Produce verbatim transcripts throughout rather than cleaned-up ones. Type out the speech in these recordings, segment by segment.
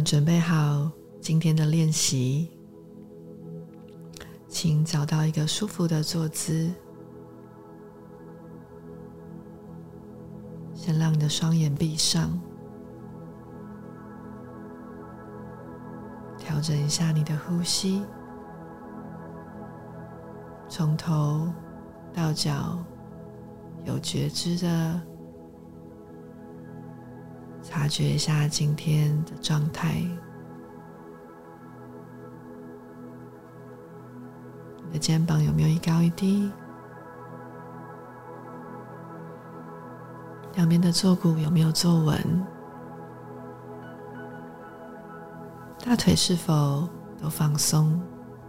准备好今天的练习，请找到一个舒服的坐姿，先让你的双眼闭上，调整一下你的呼吸，从头到脚有觉知的察觉一下今天的状态。你的肩膀有没有一高一低？两边的坐骨有没有坐稳？大腿是否都放松？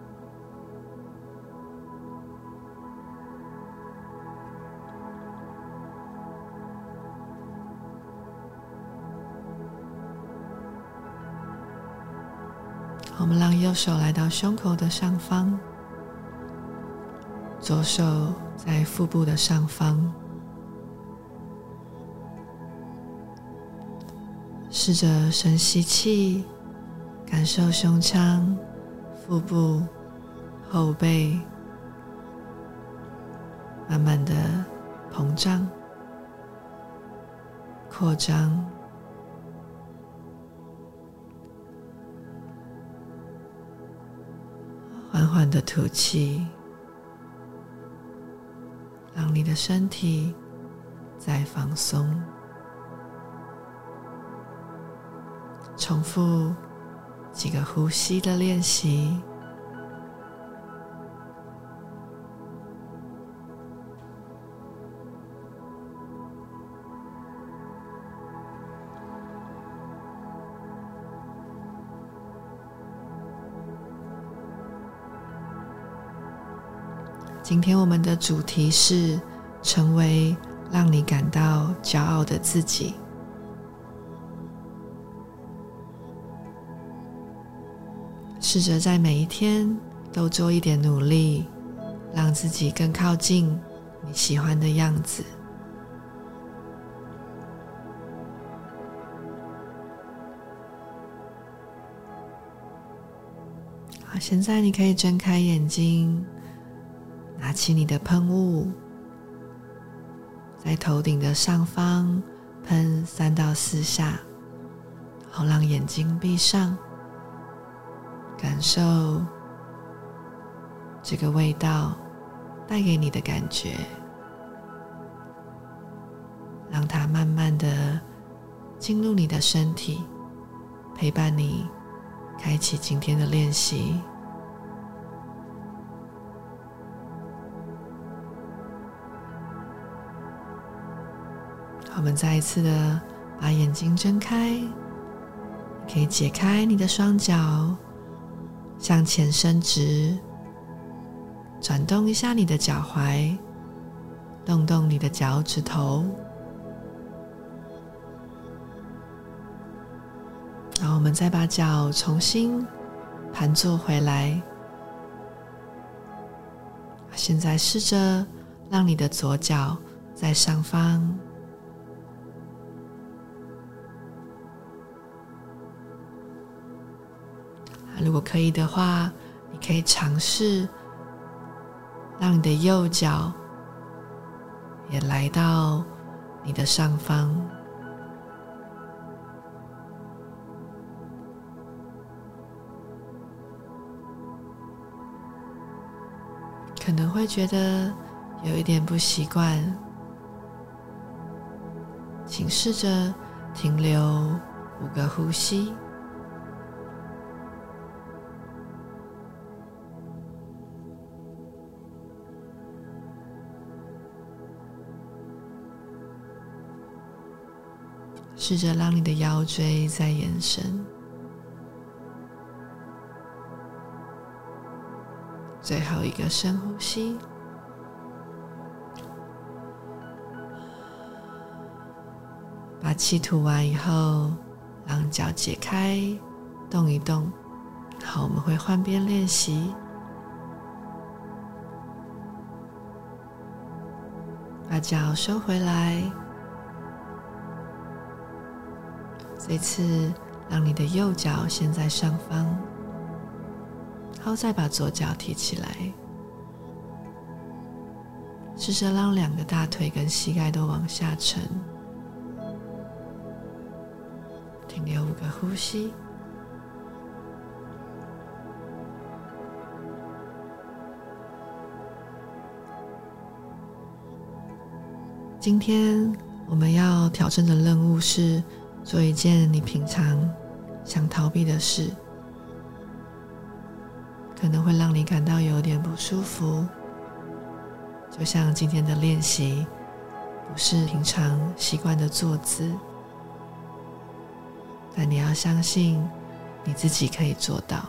我们让右手来到胸口的上方，左手在腹部的上方，试着深吸气，感受胸腔、腹部、后背慢慢的膨胀、扩张，缓缓的吐气，让你的身体再放松。重复几个呼吸的练习。今天我们的主题是成为让你感到骄傲的自己。试着在每一天都做一点努力，让自己更靠近你喜欢的样子。好，现在你可以睁开眼睛，拿起你的喷雾，在头顶的上方喷三到四下，好，让眼睛闭上，感受这个味道带给你的感觉，让它慢慢的进入你的身体，陪伴你开启今天的练习。我们再一次的把眼睛睁开，可以解开你的双脚，向前伸直，转动一下你的脚踝，动动你的脚趾头。然后我们再把脚重新盘坐回来。现在试着让你的左脚在上方，如果可以的话，你可以尝试让你的右脚也来到你的上方。可能会觉得有一点不习惯，请试着停留五个呼吸。试着让你的腰椎再延伸，最后一个深呼吸，把气吐完以后，让脚解开，动一动。好，我们会换边练习，把脚收回来。这次让你的右脚先在上方，后再把左脚提起来，试着让两个大腿跟膝盖都往下沉，停留五个呼吸。今天我们要挑战的任务是做一件你平常想逃避的事，可能会让你感到有点不舒服，就像今天的练习不是平常习惯的坐姿，但你要相信你自己可以做到。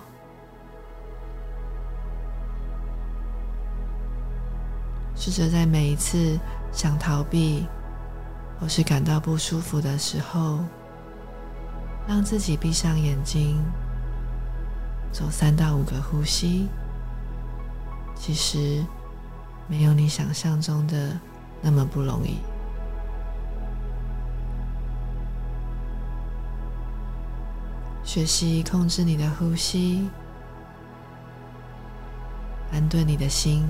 试着在每一次想逃避或是感到不舒服的时候，让自己闭上眼睛，做三到五个呼吸。其实没有你想象中的那么不容易。学习控制你的呼吸，安顿你的心。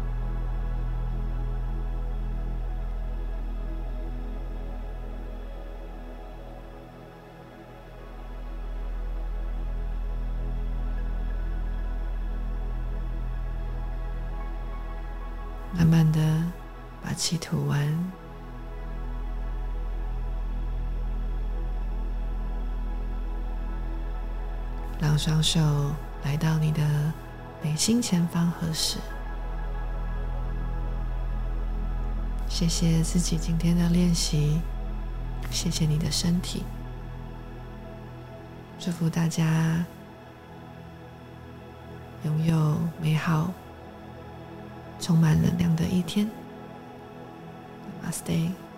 慢慢的把气吐完，让双手来到你的眉心前方合十。谢谢自己今天的练习，谢谢你的身体，祝福大家拥有美好充满能量的一天。Namaste。